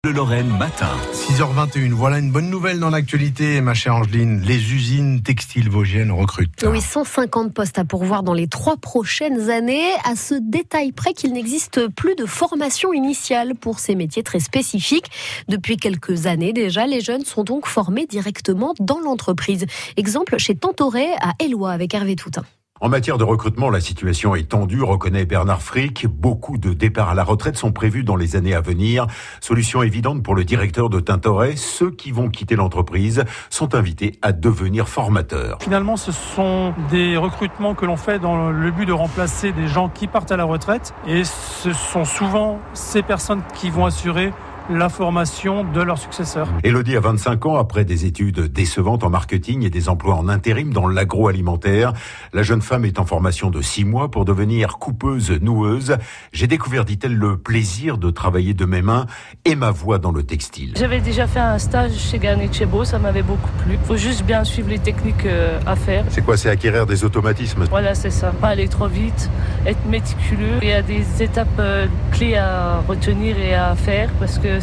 Le Lorraine matin. 6h21, voilà une bonne nouvelle dans l'actualité, ma chère Angeline. Les usines textiles vosgiennes recrutent. Oui, 150 postes à pourvoir dans les 3 prochaines années. À ce détail près qu'il n'existe plus de formation initiale pour ces métiers très spécifiques. Depuis quelques années déjà, les jeunes sont donc formés directement dans l'entreprise. Exemple chez Tantoré à Éloie avec Hervé Toutain. En matière de recrutement, la situation est tendue, reconnaît Bernard Frick. Beaucoup de départs à la retraite sont prévus dans les années à venir. Solution évidente pour le directeur de Tintoret, ceux qui vont quitter l'entreprise sont invités à devenir formateurs. Finalement, ce sont des recrutements que l'on fait dans le but de remplacer des gens qui partent à la retraite. Et ce sont souvent ces personnes qui vont assurer la formation de leurs successeurs. Élodie a 25 ans, après des études décevantes en marketing et des emplois en intérim dans l'agroalimentaire. La jeune femme est en formation de 6 mois pour devenir coupeuse-noueuse. J'ai découvert, dit-elle, le plaisir de travailler de mes mains et ma voix dans le textile. J'avais déjà fait un stage chez Garnier Chebo, ça m'avait beaucoup plu. Il faut juste bien suivre les techniques à faire. C'est quoi, c'est acquérir des automatismes? Voilà, c'est ça. Pas aller trop vite, être méticuleux. Il y a des étapes clés à retenir et à faire parce que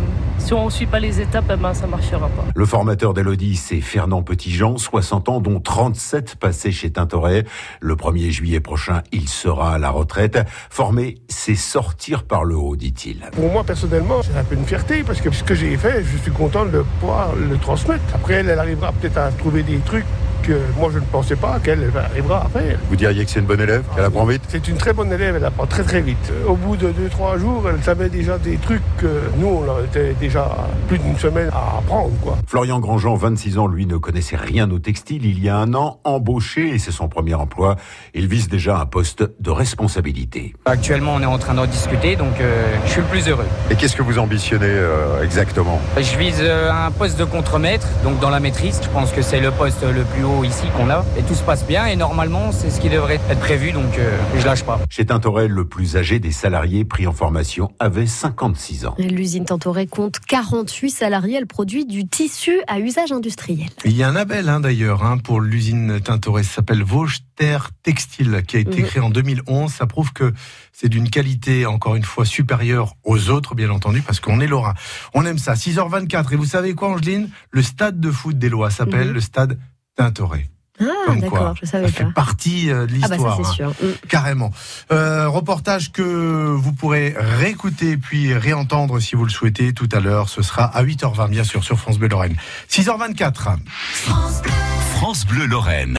si on ne suit pas les étapes, ça ne marchera pas. Le formateur d'Élodie, c'est Fernand Petitjean, 60 ans, dont 37 passés chez Tintoret. Le 1er juillet prochain, il sera à la retraite. Former, c'est sortir par le haut, dit-il. Pour moi, personnellement, c'est un peu une fierté, parce que ce que j'ai fait, je suis content de pouvoir le transmettre. Après, elle arrivera peut-être à trouver des trucs que moi je ne pensais pas qu'elle arrivera à faire. Vous diriez que c'est une bonne élève, qu'elle apprend vite? C'est une très bonne élève, elle apprend très très vite. Au bout de 2-3 jours, elle savait déjà des trucs que nous, on était déjà plus d'une semaine à apprendre, quoi. Florian Grandjean, 26 ans, lui ne connaissait rien au textile. Il y a un an, embauché, et c'est son premier emploi. Il vise déjà un poste de responsabilité. Actuellement, on est en train d'en discuter, donc je suis le plus heureux. Et qu'est-ce que vous ambitionnez exactement? Je vise un poste de contremaître, donc dans la maîtrise. Je pense que c'est le poste le plus haut ici qu'on a. Et tout se passe bien, et normalement, c'est ce qui devrait être prévu, donc je lâche pas. Chez Tintoret, le plus âgé des salariés pris en formation avait 56 ans. L'usine Tantoré compte 48 salariés. Elle produit du tissu à usage industriel. Il y a un label d'ailleurs pour l'usine Tintoret. Ça s'appelle Vosges Terre Textile, qui a été créé en 2011. Ça prouve que c'est d'une qualité, encore une fois, supérieure aux autres, bien entendu, parce qu'on est lorrain. On aime ça. 6h24. Et vous savez quoi, Angeline? Le stade de foot d'Éloie s'appelle le stade Tintoret. Ah, comme d'accord, quoi, je savais ça pas. fait partie de l'histoire. Ah bah ça, c'est sûr. Carrément. Reportage que vous pourrez réécouter puis réentendre si vous le souhaitez tout à l'heure. Ce sera à 8h20, bien sûr, sur France Bleu Lorraine. 6h24. France Bleu Lorraine.